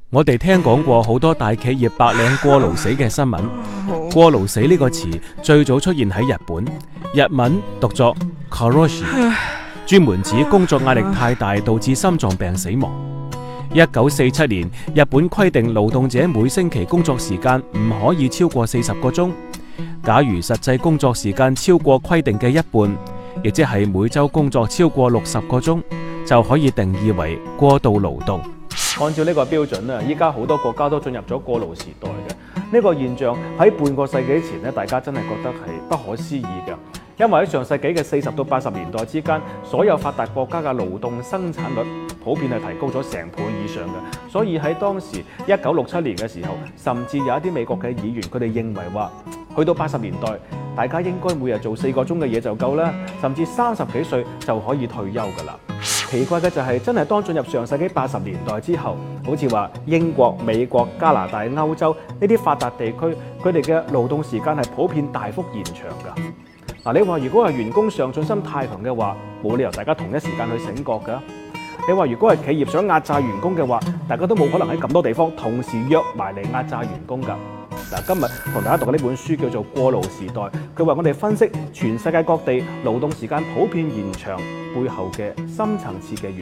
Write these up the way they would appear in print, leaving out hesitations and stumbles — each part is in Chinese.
我哋聽講過好多大企業白領過勞死嘅新聞。過勞死呢個詞最早出現喺日本，日文讀作 karoshi， 專門指工作壓力太大導致心臟病死亡。1947年，日本規定勞動者每星期工作時間唔可以超過40個鐘。假如實際工作時間超過規定嘅一半，亦即係每週工作超過60個鐘，就可以定義為過度勞動。按照呢個標準咧，依家好多國家都進入咗過勞時代嘅。呢個現象喺半個世紀前咧，大家真係覺得係不可思議嘅。因為喺上世紀嘅40到80年代之間，所有發達國家嘅勞動生產率普遍係提高咗成倍以上嘅。所以喺當時1967年嘅時候，甚至有一啲美國嘅議員，佢哋認為話，去到80年代，大家應該每日做4個鐘嘅嘢就夠啦，甚至30幾歲就可以退休㗎啦。奇怪嘅就係，真係當進入上世紀80年代之後，好似話英國、美國、加拿大、歐洲呢啲發達地區，佢哋嘅勞動時間係普遍大幅延長㗎。嗱，你話如果係員工上進心太強嘅話，冇理由大家同一時間去醒覺㗎。你話如果係企業想壓榨員工嘅話，大家都冇可能喺咁多地方同時約埋嚟壓榨員工㗎。嗱，今日同大家讀嘅呢本書叫做《過勞時代》，佢為我哋分析全世界各地勞動時間普遍延長背後嘅深層次嘅原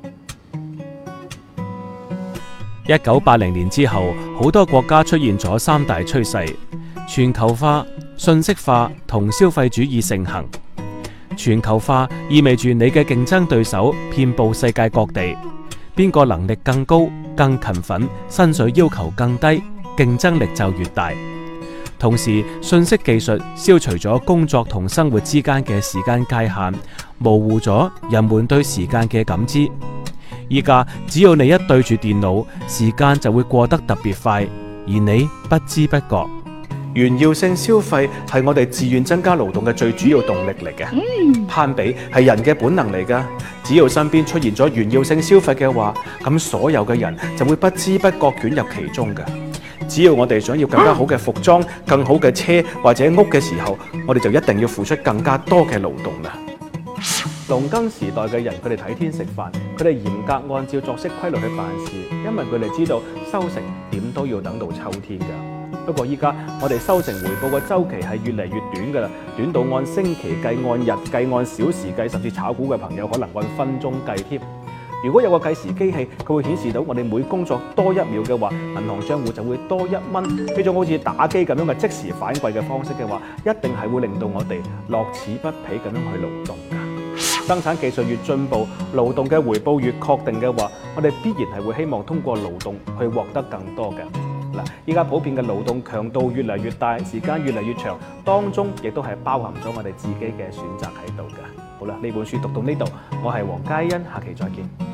因。1980年之後，好多國家出現咗3大趨勢：全球化、信息化同消費主義盛行。全球化意味住你嘅競爭對手遍佈世界各地，邊個能力更高、更勤奮、薪水要求更低，競爭力就越大。同時，信息技術消除咗工作同生活之間嘅時間界限，模糊咗人們對時間嘅感知。依家只要你一對住電腦，時間就會過得特別快，而你不知不覺。炫耀性消費係我哋自願增加勞動嘅最主要動力嚟嘅。攀比係人嘅本能嚟㗎，只要身邊出現咗炫耀性消費嘅話，咁所有嘅人就會不知不覺捲入其中㗎。只要我哋想要更加好嘅服裝、更好嘅車或者屋嘅時候，我哋就一定要付出更加多嘅勞動啦。農耕時代嘅人，佢哋睇天食飯，佢哋嚴格按照作息規律去辦事，因為佢哋知道收成點都要等到秋天㗎。不過依家我哋收成回報嘅週期係越嚟越短㗎啦，短到按星期計、按日計、按小時計，甚至炒股嘅朋友可能按分鐘計添。如果有個計時機器，佢會顯示到我哋每工作多1秒嘅話，銀行帳戶就會多1蚊。呢種好似打機咁樣嘅即時反饋嘅方式嘅話，一定係會令到我哋樂此不疲咁樣去勞動㗎。生產技術越進步，勞動嘅回報越確定嘅話，我哋必然係會希望通過勞動去獲得更多嘅。嗱，依家普遍嘅勞動強度越嚟越大，時間越嚟越長，當中亦都係包含咗我哋自己嘅選擇喺度㗎。好啦，呢本書讀到呢度，我係黃嘉欣，下期再見。